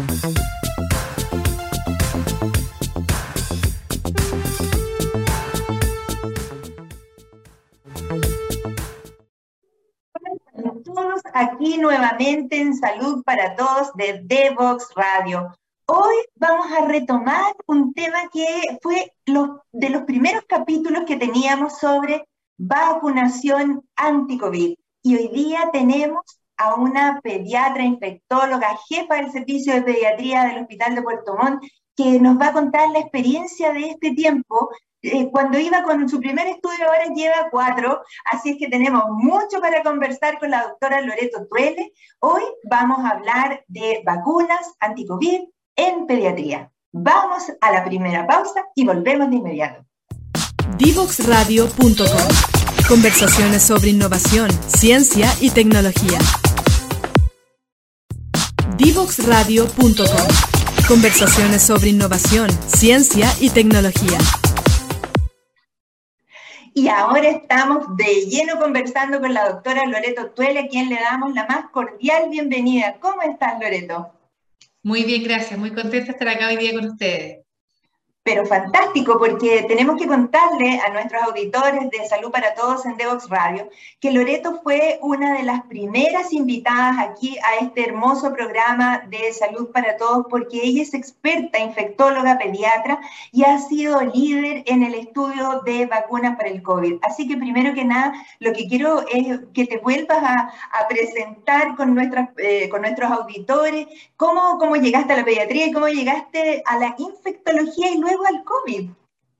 Todos aquí nuevamente en Salud para Todos de Devox Radio. Hoy vamos a retomar un tema que fue de los primeros capítulos que teníamos sobre vacunación anti-COVID. Y hoy día tenemos a una pediatra infectóloga, jefa del servicio de pediatría del Hospital de Puerto Montt, que nos va a contar la experiencia de este tiempo. Cuando iba con su primer estudio, ahora lleva 4, así es que tenemos mucho para conversar con la doctora Loreto Tuele. Hoy vamos a hablar de vacunas anti-COVID en pediatría. Vamos a la primera pausa y volvemos de inmediato. Divoxradio.com. Conversaciones sobre innovación, ciencia y tecnología. Divoxradio.com. Conversaciones sobre innovación, ciencia y tecnología. Y ahora estamos de lleno conversando con la doctora Loreto Tuele, a quien le damos la más cordial bienvenida. ¿Cómo estás, Loreto? Muy bien, gracias. Muy contenta de estar acá hoy día con ustedes. Pero fantástico, porque tenemos que contarle a nuestros auditores de Salud para Todos en Devox Radio que Loreto fue una de las primeras invitadas aquí a este hermoso programa de Salud para Todos, porque ella es experta infectóloga pediatra y ha sido líder en el estudio de vacunas para el COVID. Así que primero que nada, lo que quiero es que te vuelvas a presentar con nuestros auditores cómo llegaste a la pediatría y cómo llegaste a la infectología y luego al COVID.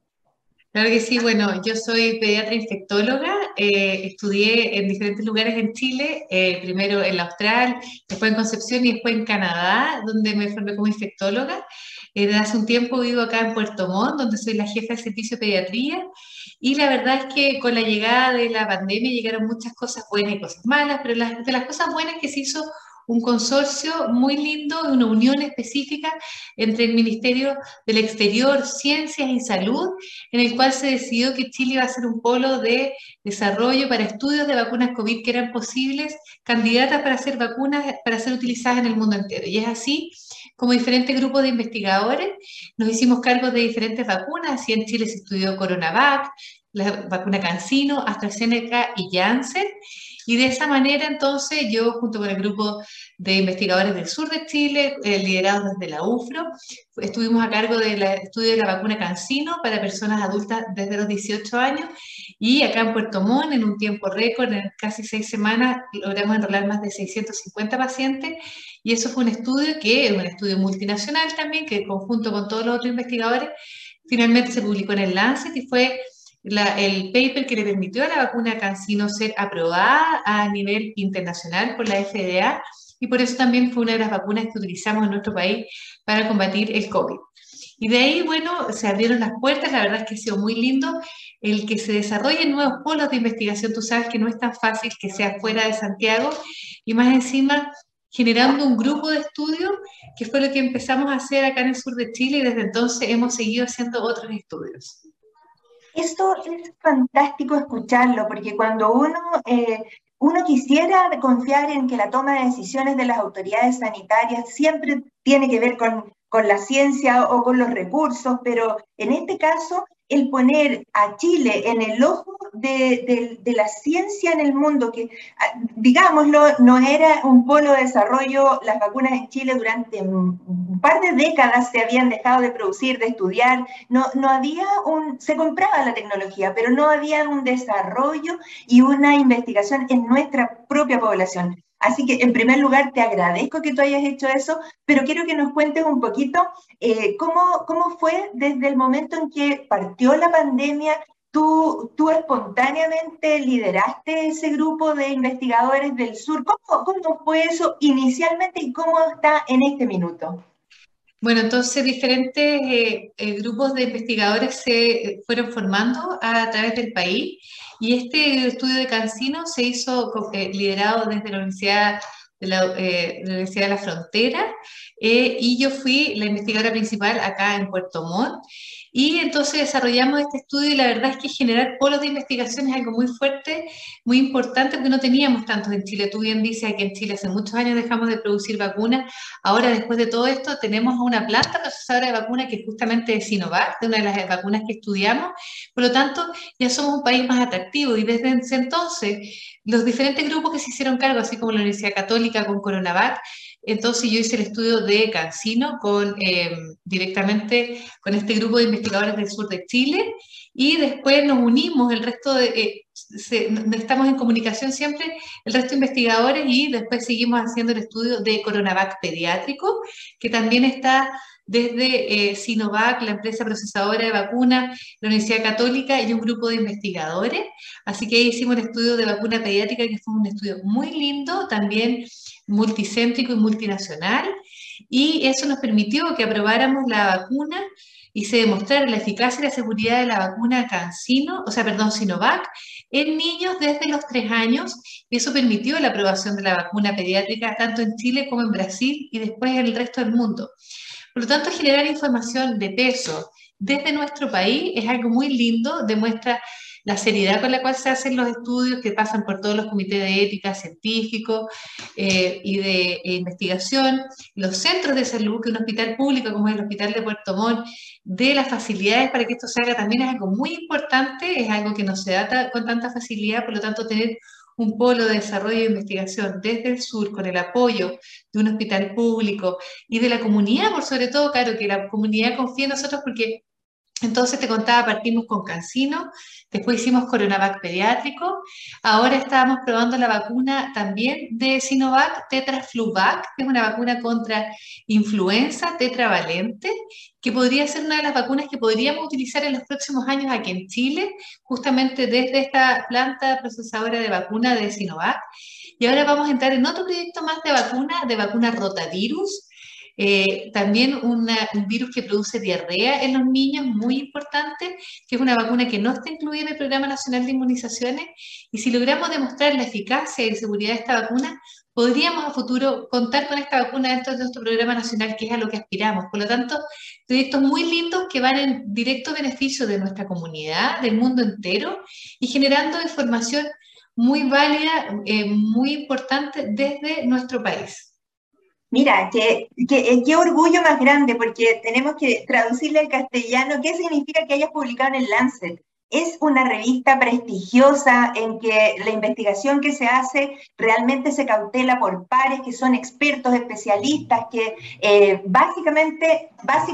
Claro que sí, bueno, yo soy pediatra infectóloga, estudié en diferentes lugares en Chile, primero en la Austral, después en Concepción y después en Canadá, donde me formé como infectóloga. Desde hace un tiempo vivo acá en Puerto Montt, donde soy la jefa del servicio de pediatría, y la verdad es que con la llegada de la pandemia llegaron muchas cosas buenas y cosas malas, pero de las cosas buenas es que se hizo un consorcio muy lindo, una unión específica entre el Ministerio del Exterior, Ciencias y Salud, en el cual se decidió que Chile iba a ser un polo de desarrollo para estudios de vacunas COVID que eran posibles, candidatas para hacer vacunas, para ser utilizadas en el mundo entero. Y es así como diferentes grupos de investigadores nos hicimos cargo de diferentes vacunas. Así en Chile se estudió Coronavac, la vacuna CanSino, AstraZeneca y Janssen. Y de esa manera, entonces, yo junto con el grupo de investigadores del sur de Chile, liderados desde la UFRO, estuvimos a cargo del estudio de la vacuna CanSino para personas adultas desde los 18 años, y acá en Puerto Montt, en un tiempo récord, en casi 6 semanas, logramos enrolar más de 650 pacientes, y eso fue un estudio que es un estudio multinacional también, que en conjunto con todos los otros investigadores, finalmente se publicó en el Lancet y fue el paper que le permitió a la vacuna CanSino ser aprobada a nivel internacional por la FDA, y por eso también fue una de las vacunas que utilizamos en nuestro país para combatir el COVID. Y de ahí, bueno, se abrieron las puertas. La verdad es que ha sido muy lindo el que se desarrollen nuevos polos de investigación. Tú sabes que no es tan fácil que sea fuera de Santiago, y más encima generando un grupo de estudio, que fue lo que empezamos a hacer acá en el sur de Chile, y desde entonces hemos seguido haciendo otros estudios. Eso es fantástico escucharlo, porque cuando uno quisiera confiar en que la toma de decisiones de las autoridades sanitarias siempre tiene que ver con la ciencia o con los recursos, pero en este caso, el poner a Chile en el ojo de la ciencia en el mundo, que, digámoslo, no era un polo de desarrollo. Las vacunas en Chile durante un par de décadas se habían dejado de producir, de estudiar, no había se compraba la tecnología, pero no había un desarrollo y una investigación en nuestra propia población. Así que, en primer lugar, te agradezco que tú hayas hecho eso, pero quiero que nos cuentes un poquito cómo fue desde el momento en que partió la pandemia. Tú espontáneamente lideraste ese grupo de investigadores del sur. ¿Cómo fue eso inicialmente y cómo está en este minuto? Bueno, entonces diferentes grupos de investigadores se fueron formando a través del país, y este estudio de CanSino se hizo liderado desde la Universidad de la Frontera, y yo fui la investigadora principal acá en Puerto Montt. Y entonces desarrollamos este estudio y la verdad es que generar polos de investigación es algo muy fuerte, muy importante, porque no teníamos tantos en Chile. Tú bien dices que en Chile hace muchos años dejamos de producir vacunas. Ahora, después de todo esto, tenemos una planta procesadora de vacunas que es justamente de Sinovac, de una de las vacunas que estudiamos. Por lo tanto, ya somos un país más atractivo y desde ese entonces los diferentes grupos que se hicieron cargo, así como la Universidad Católica con Coronavac, entonces yo hice el estudio de CanSino directamente con este grupo de investigadores del sur de Chile y después nos unimos, el resto estamos en comunicación siempre, el resto de investigadores y después seguimos haciendo el estudio de Coronavac pediátrico, que también está desde Sinovac, la empresa procesadora de vacunas, la Universidad Católica y un grupo de investigadores. Así que ahí hicimos el estudio de vacuna pediátrica, que fue un estudio muy lindo, también multicéntrico y multinacional, y eso nos permitió que aprobáramos la vacuna y se demostrara la eficacia y la seguridad de la vacuna Sinovac en niños desde los 3 años, y eso permitió la aprobación de la vacuna pediátrica tanto en Chile como en Brasil y después en el resto del mundo. Por lo tanto, generar información de peso desde nuestro país es algo muy lindo, demuestra la seriedad con la cual se hacen los estudios que pasan por todos los comités de ética científicos y de investigación, los centros de salud, que un hospital público como es el Hospital de Puerto Montt, de las facilidades para que esto se haga también es algo muy importante, es algo que no se da con tanta facilidad, por lo tanto tener un polo de desarrollo e investigación desde el sur con el apoyo de un hospital público y de la comunidad, por sobre todo, claro, que la comunidad confía en nosotros porque entonces te contaba, partimos con CanSino, después hicimos Coronavac pediátrico, ahora estábamos probando la vacuna también de Sinovac, Tetrafluvac, que es una vacuna contra influenza tetravalente, que podría ser una de las vacunas que podríamos utilizar en los próximos años aquí en Chile, justamente desde esta planta procesadora de vacuna de Sinovac. Y ahora vamos a entrar en otro proyecto más de vacuna rotavirus, también un virus que produce diarrea en los niños, muy importante, que es una vacuna que no está incluida en el Programa Nacional de Inmunizaciones, y si logramos demostrar la eficacia y seguridad de esta vacuna, podríamos a futuro contar con esta vacuna dentro de nuestro programa nacional, que es a lo que aspiramos. Por lo tanto, proyectos muy lindos que van en directo beneficio de nuestra comunidad, del mundo entero, y generando información muy válida, muy importante desde nuestro país. Mira, qué orgullo más grande, porque tenemos que traducirle al castellano qué significa que hayas publicado en el Lancet. Es una revista prestigiosa en que la investigación que se hace realmente se cautela por pares que son expertos, especialistas, que básicamente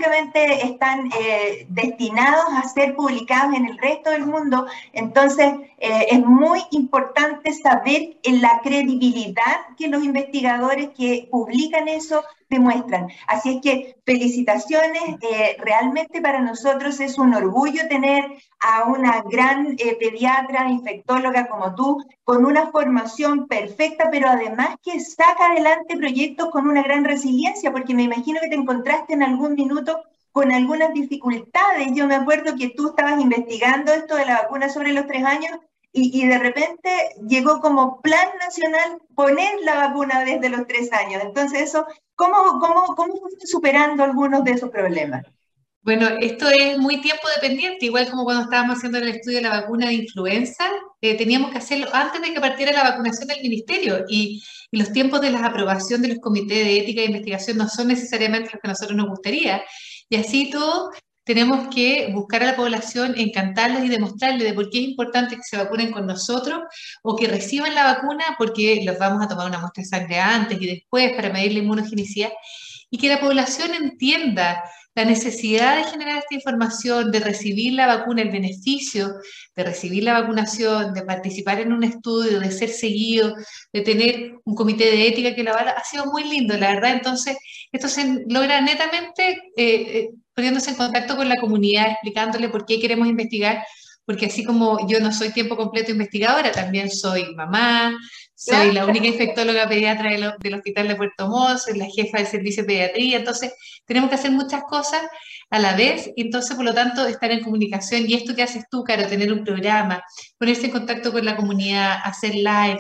están destinados a ser publicados en el resto del mundo. Entonces, es muy importante saber la credibilidad que los investigadores que publican eso demuestran. Así es que felicitaciones, realmente para nosotros es un orgullo tener a una gran pediatra, infectóloga como tú, con una formación perfecta, pero además que saca adelante proyectos con una gran resiliencia, porque me imagino que te encontraste en algún minuto con algunas dificultades. Yo me acuerdo que tú estabas investigando esto de la vacuna sobre los 3 años y de repente llegó como plan nacional poner la vacuna desde los 3 años. Entonces eso, ¿cómo fuiste superando algunos de esos problemas? Bueno, esto es muy tiempo dependiente, igual como cuando estábamos haciendo el estudio de la vacuna de influenza, teníamos que hacerlo antes de que partiera la vacunación del ministerio y los tiempos de la aprobación de los comités de ética e investigación no son necesariamente los que a nosotros nos gustaría. Y así todo, tenemos que buscar a la población, encantarles y demostrarles de por qué es importante que se vacunen con nosotros o que reciban la vacuna porque los vamos a tomar una muestra de sangre antes y después para medir la inmunogenicidad y que la población entienda la necesidad de generar esta información, de recibir la vacuna, el beneficio de recibir la vacunación, de participar en un estudio, de ser seguido, de tener un comité de ética que lo avala, ha sido muy lindo, la verdad. Entonces, esto se logra netamente poniéndose en contacto con la comunidad, explicándole por qué queremos investigar, porque así como yo no soy tiempo completo investigadora, también soy mamá, soy la única infectóloga pediatra del Hospital de Puerto Montt, soy la jefa del servicio de pediatría, entonces tenemos que hacer muchas cosas a la vez, y entonces por lo tanto estar en comunicación, y esto que haces tú, Caro, tener un programa, ponerse en contacto con la comunidad, hacer lives,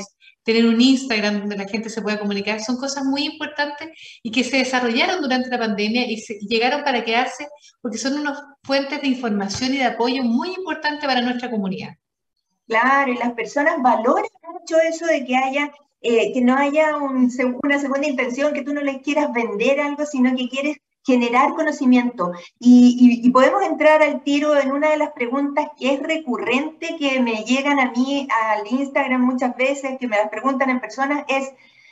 tener un Instagram donde la gente se pueda comunicar, son cosas muy importantes y que se desarrollaron durante la pandemia y llegaron para quedarse porque son unas fuentes de información y de apoyo muy importantes para nuestra comunidad. Claro, y las personas valoran mucho eso de que haya, que no haya una segunda intención, que tú no les quieras vender algo, sino que quieres generar conocimiento. Y podemos entrar al tiro en una de las preguntas que es recurrente, que me llegan a mí al Instagram muchas veces, que me las preguntan en personas, es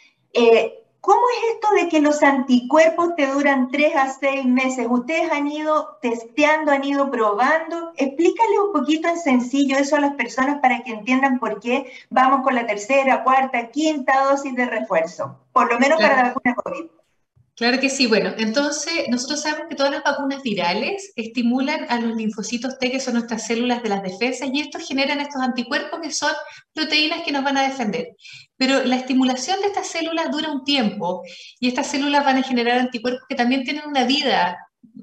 ¿cómo es esto de que los anticuerpos te duran 3 a 6 meses? ¿Ustedes han ido testeando, han ido probando? Explícale un poquito en sencillo eso a las personas para que entiendan por qué vamos con la tercera, cuarta, quinta dosis de refuerzo, por lo menos para la vacuna COVID. Claro que sí. Bueno, entonces nosotros sabemos que todas las vacunas virales estimulan a los linfocitos T, que son nuestras células de las defensas, y estos generan estos anticuerpos que son proteínas que nos van a defender. Pero la estimulación de estas células dura un tiempo y estas células van a generar anticuerpos que también tienen una vida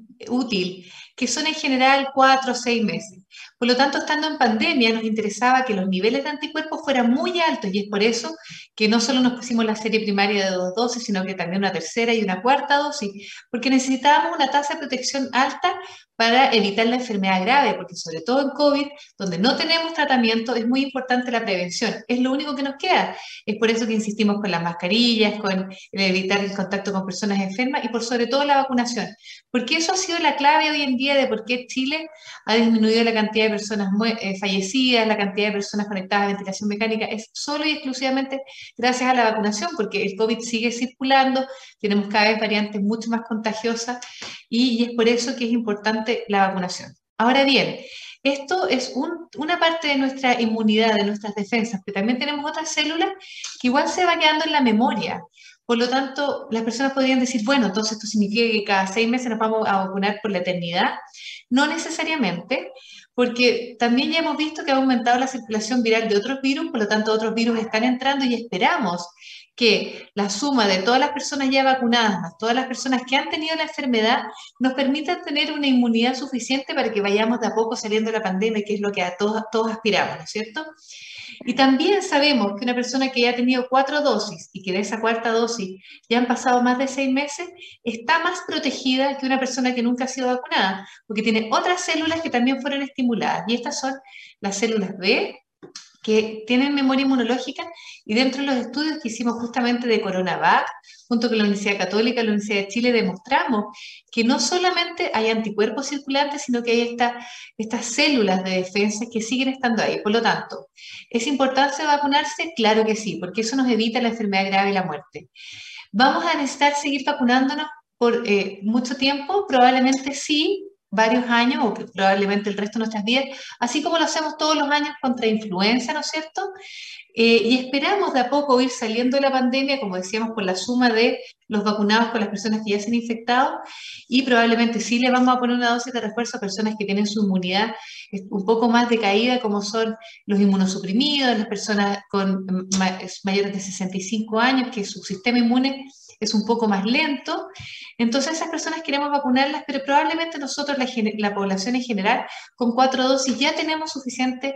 útil, que son en general 4 o 6 meses. Por lo tanto, estando en pandemia, nos interesaba que los niveles de anticuerpos fueran muy altos y es por eso que no solo nos pusimos la serie primaria de 2 dosis, sino que también una tercera y una cuarta dosis, porque necesitábamos una tasa de protección alta para evitar la enfermedad grave, porque sobre todo en COVID, donde no tenemos tratamiento, es muy importante la prevención. Es lo único que nos queda. Es por eso que insistimos con las mascarillas, con evitar el contacto con personas enfermas y por sobre todo la vacunación. Porque eso ha sido la clave hoy en día de por qué Chile ha disminuido la cantidad de personas fallecidas, la cantidad de personas conectadas a ventilación mecánica, es solo y exclusivamente gracias a la vacunación, porque el COVID sigue circulando, tenemos cada vez variantes mucho más contagiosas y es por eso que es importante la vacunación. Ahora bien, esto es una parte de nuestra inmunidad, de nuestras defensas, pero también tenemos otras células que igual se va quedando en la memoria. Por lo tanto, las personas podrían decir, bueno, entonces esto significa que cada 6 meses nos vamos a vacunar por la eternidad. No necesariamente, porque también ya hemos visto que ha aumentado la circulación viral de otros virus, por lo tanto otros virus están entrando y esperamos que la suma de todas las personas ya vacunadas, más todas las personas que han tenido la enfermedad, nos permita tener una inmunidad suficiente para que vayamos de a poco saliendo de la pandemia, que es lo que a todos aspiramos, ¿no es cierto? Y también sabemos que una persona que ya ha tenido 4 dosis y que de esa cuarta dosis ya han pasado más de 6 meses, está más protegida que una persona que nunca ha sido vacunada, porque tiene otras células que también fueron estimuladas. Y estas son las células B, que tienen memoria inmunológica, y dentro de los estudios que hicimos justamente de CoronaVac, junto con la Universidad Católica y la Universidad de Chile, demostramos que no solamente hay anticuerpos circulantes, sino que hay estas células de defensa que siguen estando ahí. Por lo tanto, ¿es importante vacunarse? Claro que sí, porque eso nos evita la enfermedad grave y la muerte. ¿Vamos a necesitar seguir vacunándonos por mucho tiempo? Probablemente sí, varios años o probablemente el resto de nuestras vidas, así como lo hacemos todos los años contra influenza, ¿no es cierto? Y esperamos de a poco ir saliendo de la pandemia, como decíamos, por la suma de los vacunados con las personas que ya se han infectado, y probablemente sí le vamos a poner una dosis de refuerzo a personas que tienen su inmunidad un poco más decaída, como son los inmunosuprimidos, las personas con mayores de 65 años, que su sistema inmune es un poco más lento. Entonces esas personas queremos vacunarlas, pero probablemente nosotros, la población en general, con 4 dosis ya tenemos suficiente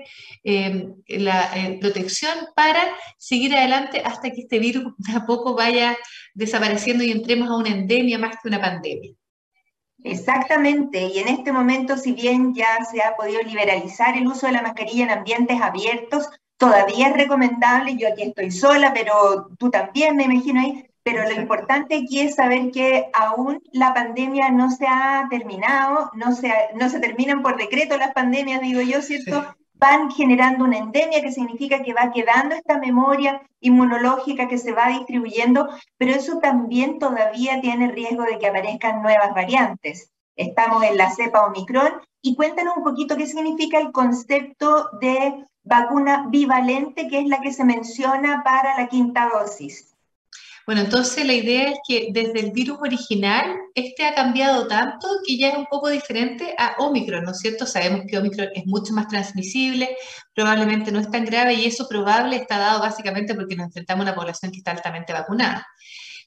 protección para seguir adelante hasta que este virus de a poco vaya desapareciendo y entremos a una endemia más que una pandemia. Exactamente, y en este momento, si bien ya se ha podido liberalizar el uso de la mascarilla en ambientes abiertos, todavía es recomendable. Yo aquí estoy sola, pero tú también, me imagino ahí. Pero lo importante aquí es saber que aún la pandemia no se ha terminado, no se terminan por decreto las pandemias, digo yo, ¿cierto? Sí. Van generando una endemia, que significa que va quedando esta memoria inmunológica que se va distribuyendo, pero eso también todavía tiene riesgo de que aparezcan nuevas variantes. Estamos en la cepa Omicron, y cuéntanos un poquito qué significa el concepto de vacuna bivalente, que es la que se menciona para la quinta dosis. Bueno, entonces la idea es que desde el virus original, este ha cambiado tanto que ya es un poco diferente a Omicron, ¿no es cierto? Sabemos que Omicron es mucho más transmisible, probablemente no es tan grave, y eso probable está dado básicamente porque nos enfrentamos a una población que está altamente vacunada.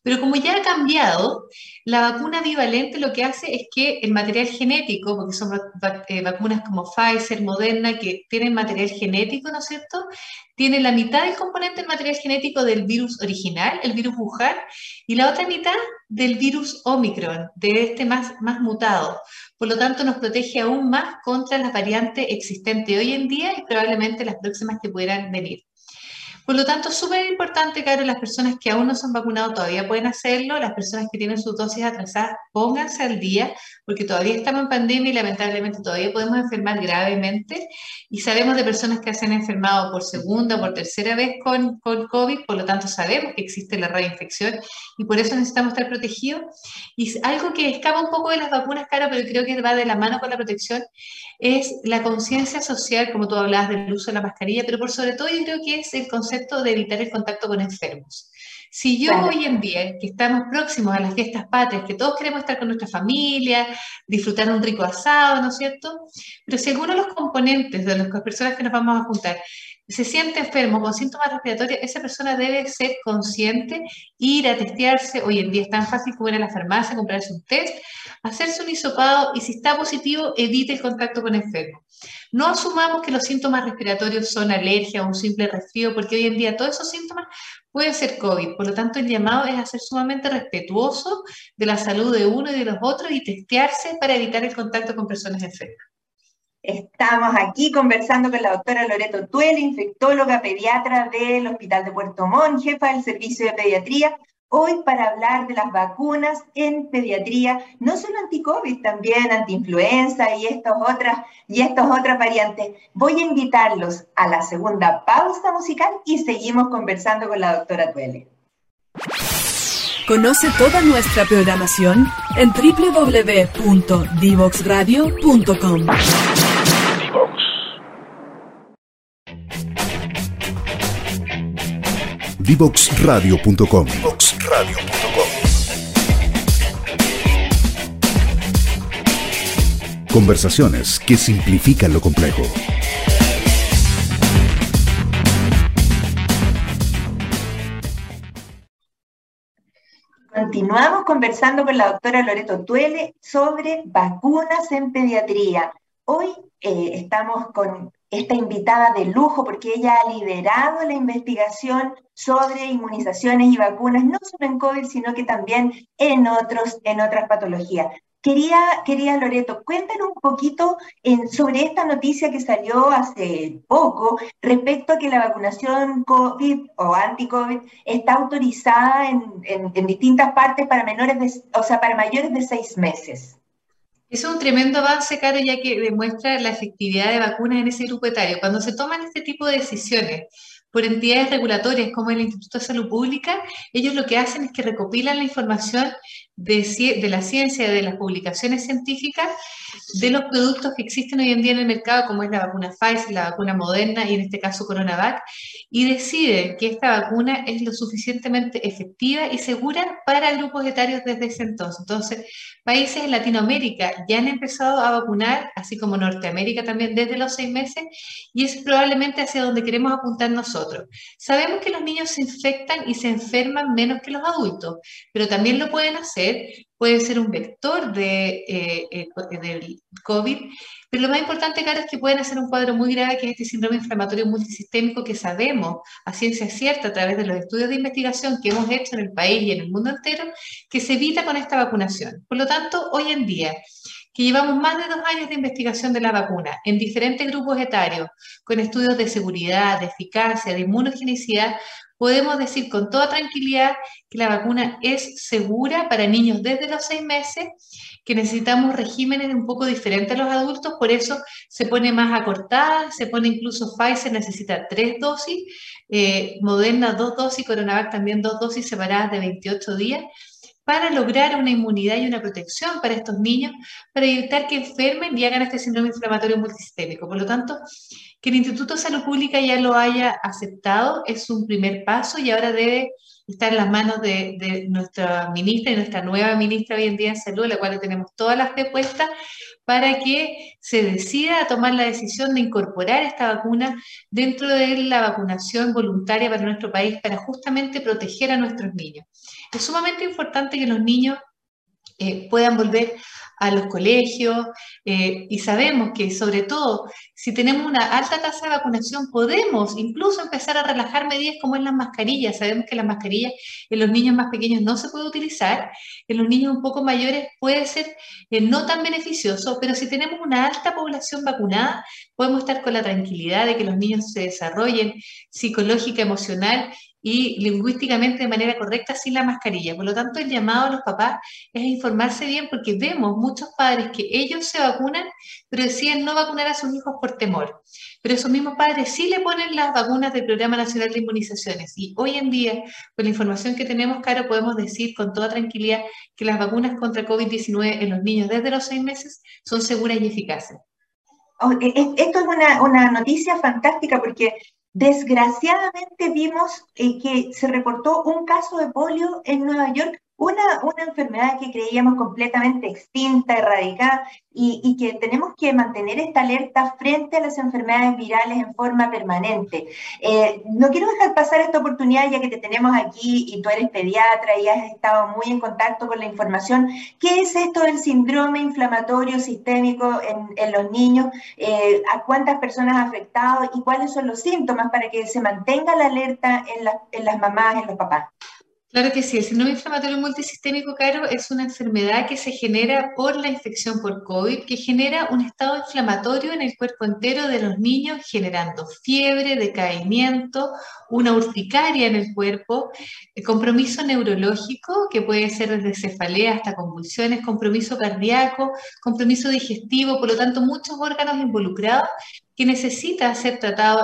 Pero como ya ha cambiado, la vacuna bivalente lo que hace es que el material genético, porque son vacunas como Pfizer, Moderna, que tienen material genético, ¿no es cierto? Tiene la mitad del componente del material genético del virus original, el virus Wuhan, y la otra mitad del virus Omicron, de este más mutado. Por lo tanto, nos protege aún más contra las variantes existentes hoy en día y probablemente las próximas que pudieran venir. Por lo tanto, súper importante, claro, las personas que aún no se han vacunado todavía pueden hacerlo, las personas que tienen sus dosis atrasadas, pónganse al día, porque todavía estamos en pandemia y lamentablemente todavía podemos enfermar gravemente, y sabemos de personas que se han enfermado por segunda o por tercera vez con COVID, por lo tanto sabemos que existe la reinfección y por eso necesitamos estar protegidos. Y algo que escapa un poco de las vacunas, claro, pero creo que va de la mano con la protección, es la conciencia social, como tú hablabas del uso de la mascarilla, pero por sobre todo yo creo que es el concepto de evitar el contacto con enfermos. Si yo Claro. hoy en día, que estamos próximos a las fiestas patrias, que todos queremos estar con nuestra familia, disfrutar un rico asado, ¿no es cierto? Pero si alguno de los componentes de las personas que nos vamos a juntar se siente enfermo con síntomas respiratorios, esa persona debe ser consciente, ir a testearse. Hoy en día es tan fácil como ir a la farmacia, comprarse un test, hacerse un hisopado y si está positivo, evite el contacto con enfermos. No asumamos que los síntomas respiratorios son alergia o un simple resfrío, porque hoy en día todos esos síntomas pueden ser COVID. Por lo tanto, el llamado es a ser sumamente respetuoso de la salud de uno y de los otros y testearse para evitar el contacto con personas enfermas. Estamos aquí conversando con la doctora Loreto Tuele, infectóloga pediatra del Hospital de Puerto Montt, jefa del servicio de pediatría, hoy para hablar de las vacunas en pediatría, no solo anti-COVID, también anti-influenza y estas otras variantes. Voy a invitarlos a la segunda pausa musical y seguimos conversando con la doctora Tuele. Conoce toda nuestra programación en www.divoxradio.com. Divoxradio.com. Conversaciones que simplifican lo complejo. Continuamos conversando con la doctora Loreto Tuele sobre vacunas en pediatría. Hoy estamos con esta invitada de lujo porque ella ha liderado la investigación sobre inmunizaciones y vacunas, no solo en COVID, sino que también en otras patologías. Quería Loreto, cuéntanos un poquito sobre esta noticia que salió hace poco respecto a que la vacunación COVID o anti-COVID está autorizada en distintas partes para para mayores de 6 meses. Es un tremendo avance, Caro, ya que demuestra la efectividad de vacunas en ese grupo etario. Cuando se toman este tipo de decisiones por entidades regulatorias como el Instituto de Salud Pública, ellos lo que hacen es que recopilan la información de la ciencia, de las publicaciones científicas, de los productos que existen hoy en día en el mercado, como es la vacuna Pfizer, la vacuna Moderna y en este caso CoronaVac, y deciden que esta vacuna es lo suficientemente efectiva y segura para grupos etarios desde ese entonces. Entonces, países en Latinoamérica ya han empezado a vacunar, así como Norteamérica también desde los 6 meses, y es probablemente hacia donde queremos apuntar nosotros. Sabemos que los niños se infectan y se enferman menos que los adultos, pero también lo pueden hacer, puede ser un vector del COVID, pero lo más importante, claro, es que pueden hacer un cuadro muy grave, que es este síndrome inflamatorio multisistémico que sabemos a ciencia cierta a través de los estudios de investigación que hemos hecho en el país y en el mundo entero, que se evita con esta vacunación. Por lo tanto, hoy en día, que llevamos más de 2 años de investigación de la vacuna en diferentes grupos etarios, con estudios de seguridad, de eficacia, de inmunogenicidad, podemos decir con toda tranquilidad que la vacuna es segura para niños desde los 6 meses, que necesitamos regímenes un poco diferentes a los adultos, por eso se pone más acortada, se pone incluso Pfizer necesita 3 dosis, Moderna 2 dosis, CoronaVac también 2 dosis separadas de 28 días, para lograr una inmunidad y una protección para estos niños, para evitar que enfermen y hagan este síndrome inflamatorio multisistémico. Por lo tanto, que el Instituto de Salud Pública ya lo haya aceptado es un primer paso y ahora debe está en las manos de nuestra ministra y nuestra nueva ministra hoy en día en salud, a la cual le tenemos toda la fe puesta, para que se decida tomar la decisión de incorporar esta vacuna dentro de la vacunación voluntaria para nuestro país, para justamente proteger a nuestros niños. Es sumamente importante que los niños puedan volver a los colegios, y sabemos que sobre todo si tenemos una alta tasa de vacunación podemos incluso empezar a relajar medidas como en las mascarillas. Sabemos que las mascarillas en los niños más pequeños no se puede utilizar, en los niños un poco mayores puede ser no tan beneficioso, pero si tenemos una alta población vacunada podemos estar con la tranquilidad de que los niños se desarrollen psicológica, emocional y lingüísticamente de manera correcta sin la mascarilla. Por lo tanto, el llamado a los papás es informarse bien, porque vemos muchos padres que ellos se vacunan, pero deciden no vacunar a sus hijos por temor. Pero esos mismos padres sí le ponen las vacunas del Programa Nacional de Inmunizaciones. Y hoy en día, con la información que tenemos, Caro, podemos decir con toda tranquilidad que las vacunas contra COVID-19 en los niños desde los 6 meses son seguras y eficaces. Esto es una noticia fantástica, porque desgraciadamente vimos que se reportó un caso de polio en Nueva York, una enfermedad que creíamos completamente extinta, erradicada, y que tenemos que mantener esta alerta frente a las enfermedades virales en forma permanente. No quiero dejar pasar esta oportunidad, ya que te tenemos aquí y tú eres pediatra y has estado muy en contacto con la información. ¿Qué es esto del síndrome inflamatorio sistémico en los niños? ¿A cuántas personas ha afectado y cuáles son los síntomas para que se mantenga la alerta en las mamás, en los papás? Claro que sí, el síndrome inflamatorio multisistémico, Caro, es una enfermedad que se genera por la infección por COVID, que genera un estado inflamatorio en el cuerpo entero de los niños, generando fiebre, decaimiento, una urticaria en el cuerpo, compromiso neurológico, que puede ser desde cefalea hasta convulsiones, compromiso cardíaco, compromiso digestivo, por lo tanto, muchos órganos involucrados que necesita ser tratado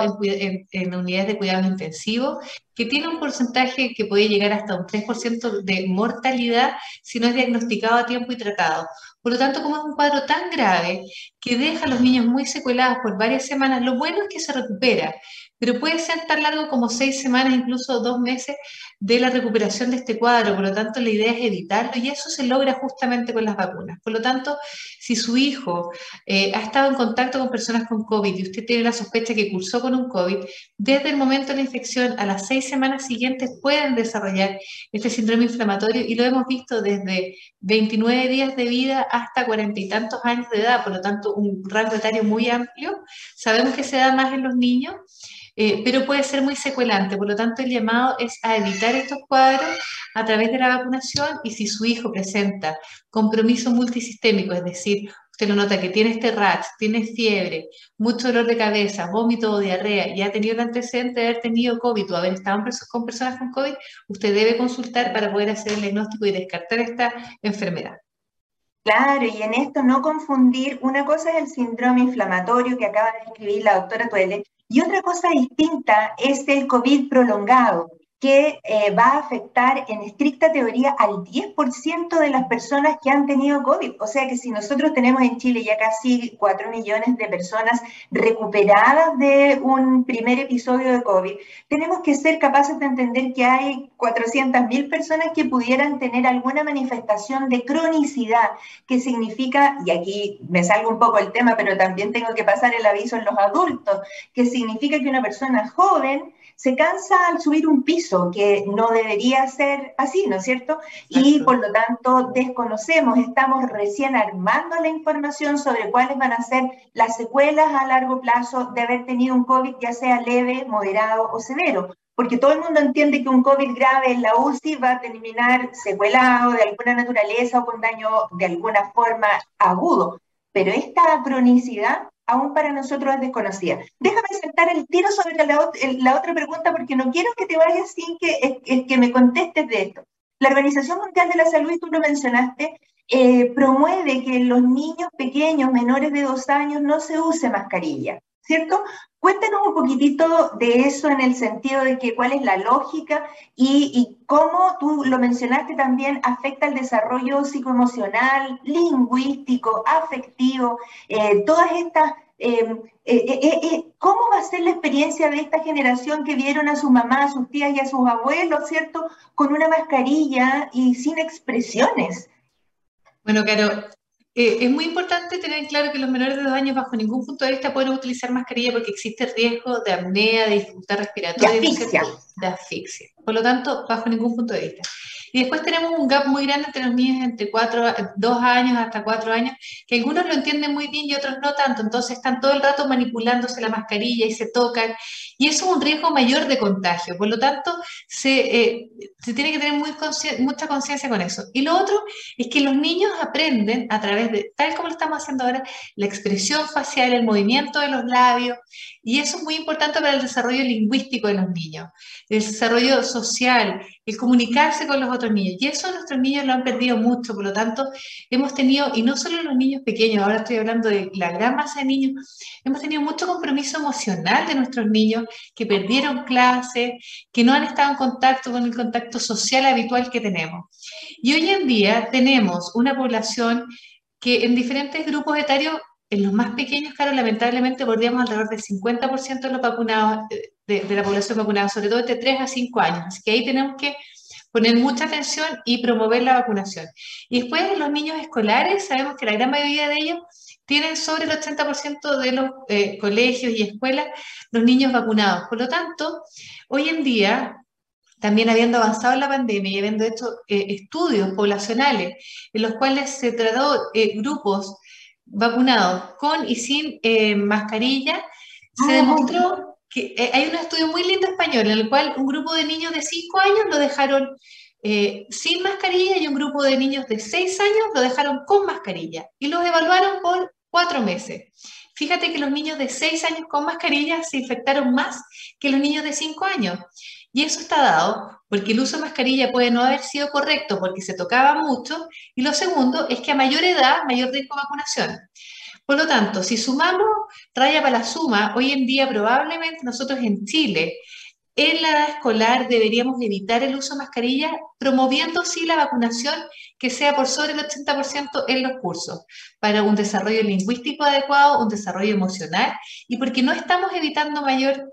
en unidades de cuidados intensivos, que tiene un porcentaje que puede llegar hasta un 3% de mortalidad si no es diagnosticado a tiempo y tratado. Por lo tanto, como es un cuadro tan grave que deja a los niños muy secuelados por varias semanas, lo bueno es que se recupera, pero puede ser tan largo como 6 semanas, incluso 2 meses de la recuperación de este cuadro. Por lo tanto, la idea es evitarlo, y eso se logra justamente con las vacunas. Por lo tanto, si su hijo ha estado en contacto con personas con COVID y usted tiene la sospecha que cursó con un COVID, desde el momento de la infección a las 6 semanas siguientes pueden desarrollar este síndrome inflamatorio, y lo hemos visto desde 29 días de vida hasta 40 y tantos años de edad. Por lo tanto, un rango etario muy amplio. Sabemos que se da más en los niños, pero puede ser muy secuelante. Por lo tanto, el llamado es a evitar estos cuadros a través de la vacunación, y si su hijo presenta compromiso multisistémico, es decir, usted lo nota que tiene este rash, tiene fiebre, mucho dolor de cabeza, vómito o diarrea, y ha tenido el antecedente de haber tenido COVID o haber estado con personas con COVID, usted debe consultar para poder hacer el diagnóstico y descartar esta enfermedad. Claro, y en esto no confundir, una cosa es el síndrome inflamatorio que acaba de describir la doctora Tuele, y otra cosa distinta es el COVID prolongado, que va a afectar en estricta teoría al 10% de las personas que han tenido COVID. O sea que si nosotros tenemos en Chile ya casi 4 millones de personas recuperadas de un primer episodio de COVID, tenemos que ser capaces de entender que hay 400.000 personas que pudieran tener alguna manifestación de cronicidad, que significa, y aquí me salgo un poco el tema, pero también tengo que pasar el aviso en los adultos, que significa que una persona joven se cansa al subir un piso, que no debería ser así, ¿no es cierto? Y por lo tanto desconocemos, estamos recién armando la información sobre cuáles van a ser las secuelas a largo plazo de haber tenido un COVID, ya sea leve, moderado o severo. Porque todo el mundo entiende que un COVID grave en la UCI va a terminar secuelado de alguna naturaleza o con daño de alguna forma agudo. Pero esta cronicidad aún para nosotros es desconocida. Déjame saltar el tiro sobre la otra pregunta, porque no quiero que te vayas sin que me contestes de esto. La Organización Mundial de la Salud, y tú lo mencionaste, promueve que en los niños pequeños, menores de 2 años, no se use mascarilla, ¿cierto? Cuéntanos un poquitito de eso, en el sentido de que cuál es la lógica y cómo, tú lo mencionaste también, afecta el desarrollo psicoemocional, lingüístico, afectivo, todas estas ¿Cómo va a ser la experiencia de esta generación que vieron a su mamá, a sus tías y a sus abuelos, ¿cierto?, con una mascarilla y sin expresiones? Bueno, Caro, es muy importante tener claro que los menores de 2 años bajo ningún punto de vista pueden utilizar mascarilla porque existe riesgo de apnea, de dificultad De respiratoria, ¿no es asfixia. cierto?, de asfixia. Por lo tanto, bajo ningún punto de vista. Y después tenemos un gap muy grande entre los niños entre 2 años hasta 4 años, que algunos lo entienden muy bien y otros no tanto, entonces están todo el rato manipulándose la mascarilla y se tocan, y eso es un riesgo mayor de contagio. Por lo tanto, se tiene que tener mucha conciencia con eso. Y lo otro es que los niños aprenden a través de, tal como lo estamos haciendo ahora, la expresión facial, el movimiento de los labios, y eso es muy importante para el desarrollo lingüístico de los niños, el desarrollo social, el comunicarse con los otros niños, y eso nuestros niños lo han perdido mucho. Por lo tanto, hemos tenido, y no solo los niños pequeños, ahora estoy hablando de la gran masa de niños, hemos tenido mucho compromiso emocional de nuestros niños que perdieron clases, que no han estado en contacto con el contacto social habitual que tenemos. Y hoy en día tenemos una población que en diferentes grupos etarios, en los más pequeños, claro, lamentablemente bordeamos alrededor del 50% de los vacunados, de la población vacunada, sobre todo de 3 a 5 años. Así que ahí tenemos que poner mucha atención y promover la vacunación. Y después en los niños escolares, sabemos que la gran mayoría de ellos tienen sobre el 80% de los colegios y escuelas los niños vacunados. Por lo tanto, hoy en día, también habiendo avanzado en la pandemia y habiendo hecho estudios poblacionales en los cuales se trató grupos vacunados con y sin mascarilla, se demostró que hay un estudio muy lindo español en el cual un grupo de niños de 5 años lo dejaron sin mascarilla y un grupo de niños de 6 años lo dejaron con mascarilla y los evaluaron por 4 meses. Fíjate que los niños de 6 años con mascarilla se infectaron más que los niños de 5 años. Y eso está dado porque el uso de mascarilla puede no haber sido correcto porque se tocaba mucho, y lo segundo es que a mayor edad, mayor riesgo de vacunación. Por lo tanto, si sumamos raya para la suma, hoy en día probablemente nosotros en Chile, en la edad escolar, deberíamos evitar el uso de mascarilla, promoviendo sí la vacunación que sea por sobre el 80% en los cursos, para un desarrollo lingüístico adecuado, un desarrollo emocional, y porque no estamos evitando mayor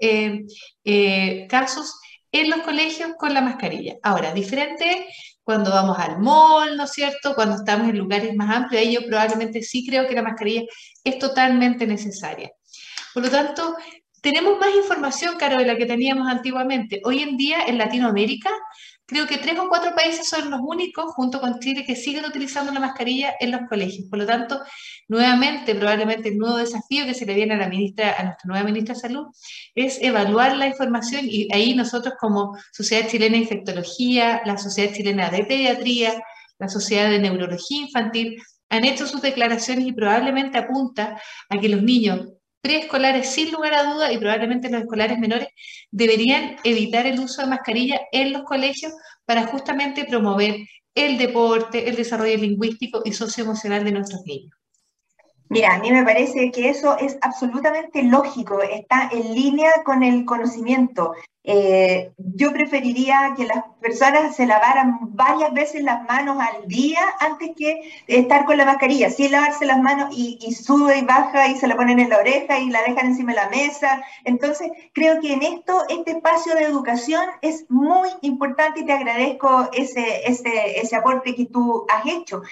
casos en los colegios con la mascarilla. Ahora, diferente es cuando vamos al mall, ¿no es cierto?, cuando estamos en lugares más amplios, ahí yo probablemente sí creo que la mascarilla es totalmente necesaria. Por lo tanto, tenemos más información, Caro, de la que teníamos antiguamente. Hoy en día, en Latinoamérica, creo que 3 o 4 países son los únicos, junto con Chile, que siguen utilizando la mascarilla en los colegios. Por lo tanto, nuevamente, probablemente el nuevo desafío que se le viene a nuestra nueva ministra de Salud, es evaluar la información, y ahí nosotros como Sociedad Chilena de Infectología, la Sociedad Chilena de Pediatría, la Sociedad de Neurología Infantil, han hecho sus declaraciones y probablemente apunta a que los niños preescolares, sin lugar a duda, y probablemente los escolares menores, deberían evitar el uso de mascarilla en los colegios para justamente promover el deporte, el desarrollo lingüístico y socioemocional de nuestros niños. Mira, a mí me parece que eso es absolutamente lógico, está en línea con el conocimiento. Yo preferiría que las personas se lavaran varias veces las manos al día antes que estar con la mascarilla, sin lavarse las manos y sube y baja y se la ponen en la oreja y la dejan encima de la mesa. Entonces, creo que en esto, este espacio de educación es muy importante y te agradezco ese aporte que tú has hecho.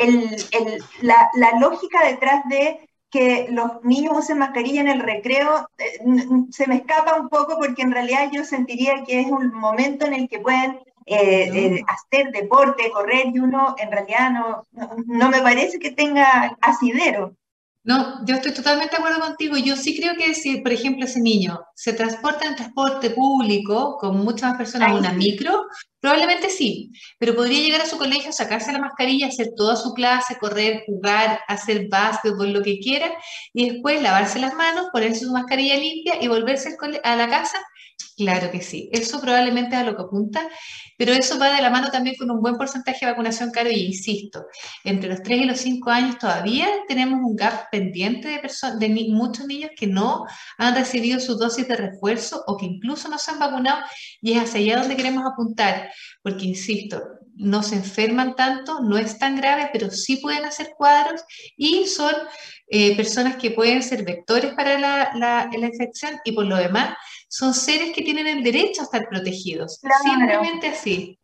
La lógica detrás de que los niños usen mascarilla en el recreo, se me escapa un poco porque en realidad yo sentiría que es un momento en el que pueden hacer deporte, correr, y uno en realidad no me parece que tenga asidero. No, yo estoy totalmente de acuerdo contigo. Yo sí creo que si, por ejemplo, ese niño se transporta en transporte público con muchas más personas, una micro, probablemente sí, pero podría llegar a su colegio, sacarse la mascarilla, hacer toda su clase, correr, jugar, hacer básquetbol, lo que quiera, y después lavarse las manos, ponerse su mascarilla limpia y volverse a la casa. Claro que sí, eso probablemente es a lo que apunta, pero eso va de la mano también con un buen porcentaje de vacunación, Caro, y insisto, entre los 3 y los 5 años todavía tenemos un gap pendiente de muchos niños que no han recibido su dosis de refuerzo o que incluso no se han vacunado, y es hacia allá donde queremos apuntar, porque insisto, no se enferman tanto, no es tan grave, pero sí pueden hacer cuadros y son personas que pueden ser vectores para la infección y por lo demás son seres que tienen el derecho a estar protegidos. Claro. Simplemente así.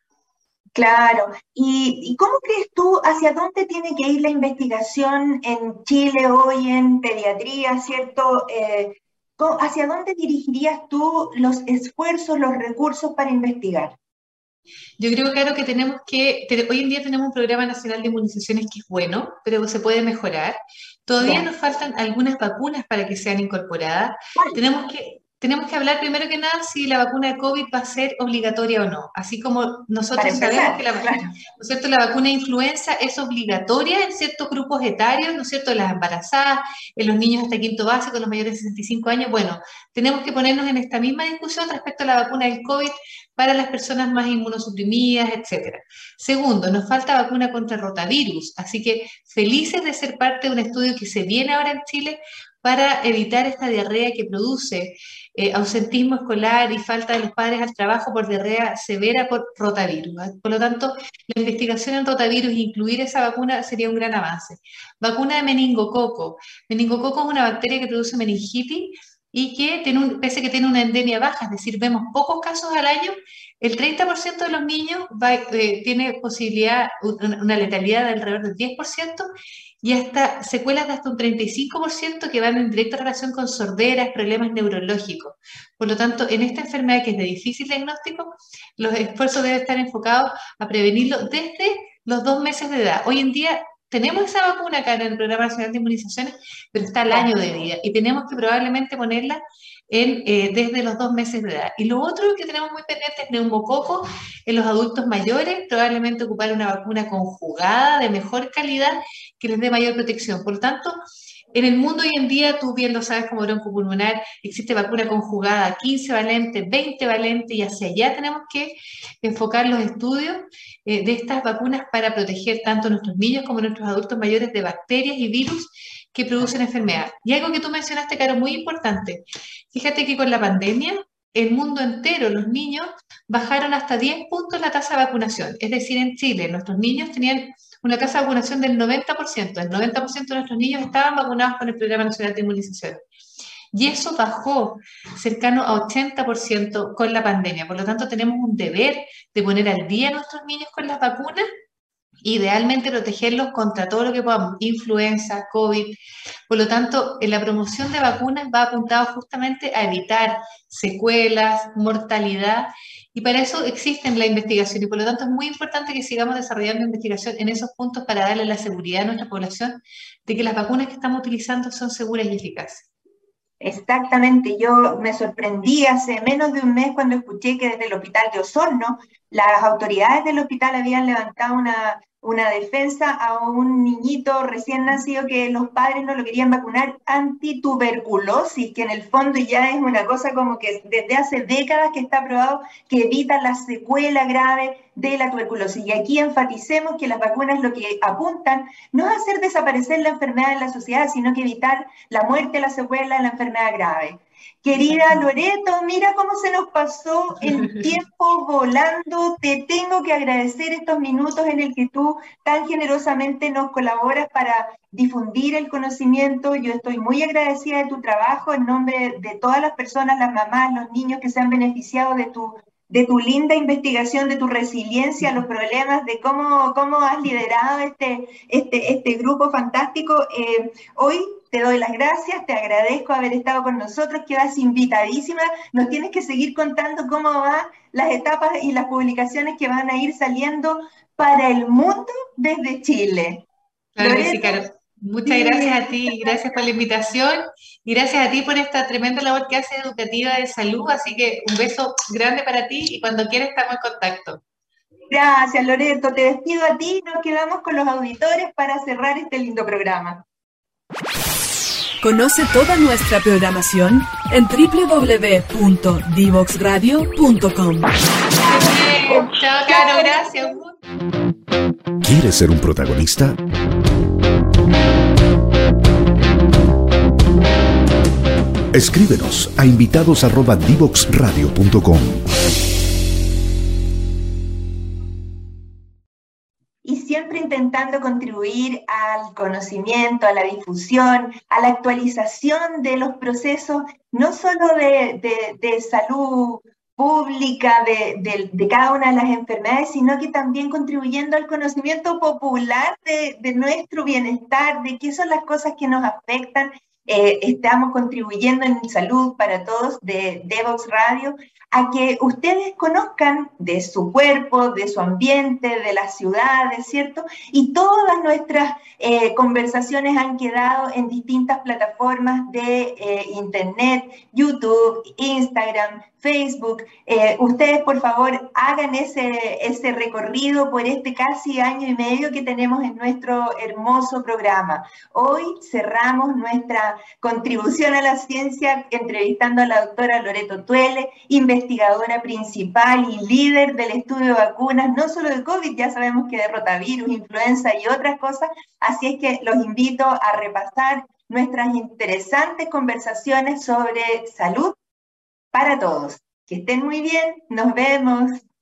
Claro. ¿Y cómo crees tú hacia dónde tiene que ir la investigación en Chile hoy en pediatría, ¿cierto? ¿Hacia dónde dirigirías tú los esfuerzos, los recursos para investigar? Yo creo, claro, que hoy en día tenemos un programa nacional de inmunizaciones que es bueno, pero se puede mejorar. Todavía nos faltan algunas vacunas para que sean incorporadas. Tenemos que hablar primero que nada si la vacuna de COVID va a ser obligatoria o no. Así como nosotros sabemos que ¿no es cierto? La vacuna de influenza es obligatoria en ciertos grupos etarios, ¿no es cierto? Las embarazadas, en los niños hasta quinto básico, los mayores de 65 años. Bueno, tenemos que ponernos en esta misma discusión respecto a la vacuna del COVID para las personas más inmunosuprimidas, etc. Segundo, nos falta vacuna contra rotavirus, así que felices de ser parte de un estudio que se viene ahora en Chile para evitar esta diarrea que produce ausentismo escolar y falta de los padres al trabajo por diarrea severa por rotavirus. Por lo tanto, la investigación en rotavirus e incluir esa vacuna sería un gran avance. Vacuna de meningococo. Meningococo es una bacteria que produce meningitis y que pese a que tiene una endemia baja, es decir, vemos pocos casos al año, el 30% de los niños tiene posibilidad, una letalidad de alrededor del 10%, y hasta secuelas de hasta un 35% que van en directa relación con sorderas, problemas neurológicos. Por lo tanto, en esta enfermedad que es de difícil diagnóstico, los esfuerzos deben estar enfocados a prevenirlo desde los 2 meses de edad. Hoy en día tenemos esa vacuna acá en el Programa Nacional de Inmunizaciones, pero está al año de vida y tenemos que probablemente ponerla desde los 2 meses de edad. Y lo otro que tenemos muy pendiente es neumococo en los adultos mayores, probablemente ocupar una vacuna conjugada de mejor calidad que les dé mayor protección. Por lo tanto, en el mundo hoy en día, tú bien lo sabes como broncopulmonar, existe vacuna conjugada 15 valente, 20 valente, y hacia allá tenemos que enfocar los estudios de estas vacunas para proteger tanto a nuestros niños como a nuestros adultos mayores de bacterias y virus que producen enfermedad. Y algo que tú mencionaste, Caro, muy importante. Fíjate que con la pandemia, el mundo entero, los niños, bajaron hasta 10 puntos la tasa de vacunación. Es decir, en Chile, nuestros niños tenían una tasa de vacunación del 90%. El 90% de nuestros niños estaban vacunados con el Programa Nacional de Inmunización. Y eso bajó cercano a 80% con la pandemia. Por lo tanto, tenemos un deber de poner al día a nuestros niños con las vacunas, idealmente protegerlos contra todo lo que podamos, influenza, COVID. Por lo tanto, en la promoción de vacunas va apuntado justamente a evitar secuelas, mortalidad, y para eso existe la investigación, y por lo tanto es muy importante que sigamos desarrollando investigación en esos puntos para darle la seguridad a nuestra población de que las vacunas que estamos utilizando son seguras y eficaces. Exactamente, yo me sorprendí hace menos de un mes cuando escuché que desde el hospital de Osorno las autoridades del hospital habían levantado una defensa a un niñito recién nacido que los padres no lo querían vacunar antituberculosis, que en el fondo ya es una cosa como que desde hace décadas que está probado que evita la secuela grave de la tuberculosis. Y aquí enfaticemos que las vacunas lo que apuntan no es hacer desaparecer la enfermedad en la sociedad, sino que evitar la muerte, la secuela, la enfermedad grave. Querida Loreto, mira cómo se nos pasó el tiempo volando. Te tengo que agradecer estos minutos en el que tú tan generosamente nos colaboras para difundir el conocimiento. Yo estoy muy agradecida de tu trabajo en nombre de todas las personas, las mamás, los niños que se han beneficiado de tu linda investigación, de tu resiliencia a los problemas, de cómo has liderado este grupo fantástico. Hoy te doy las gracias, te agradezco haber estado con nosotros, quedas invitadísima, nos tienes que seguir contando cómo van las etapas y las publicaciones que van a ir saliendo para el mundo desde Chile. Claro que sí, Caro. Muchas gracias a ti, gracias por la invitación y gracias a ti por esta tremenda labor que haces educativa de salud, así que un beso grande para ti y cuando quieras estamos en contacto. Gracias, Loreto, te despido a ti y nos quedamos con los auditores para cerrar este lindo programa. Conoce toda nuestra programación en www.divoxradio.com. Chao, Caro, gracias. ¿Quieres ser un protagonista? Escríbenos a invitados@divoxradio.com. intentando contribuir al conocimiento, a la difusión, a la actualización de los procesos, no solo de salud pública de cada una de las enfermedades, sino que también contribuyendo al conocimiento popular de nuestro bienestar, de qué son las cosas que nos afectan. Estamos contribuyendo en Salud para Todos de Devox Radio a que ustedes conozcan de su cuerpo, de su ambiente, de las ciudades, ¿cierto? Y todas nuestras conversaciones han quedado en distintas plataformas de Internet, YouTube, Instagram, Facebook. Ustedes, por favor, hagan ese recorrido por este casi año y medio que tenemos en nuestro hermoso programa. Hoy cerramos nuestra contribución a la ciencia entrevistando a la doctora Loreto Tuele, investigadora principal y líder del estudio de vacunas, no solo de COVID, ya sabemos que de rotavirus, influenza y otras cosas, así es que los invito a repasar nuestras interesantes conversaciones sobre salud para todos. Que estén muy bien, nos vemos.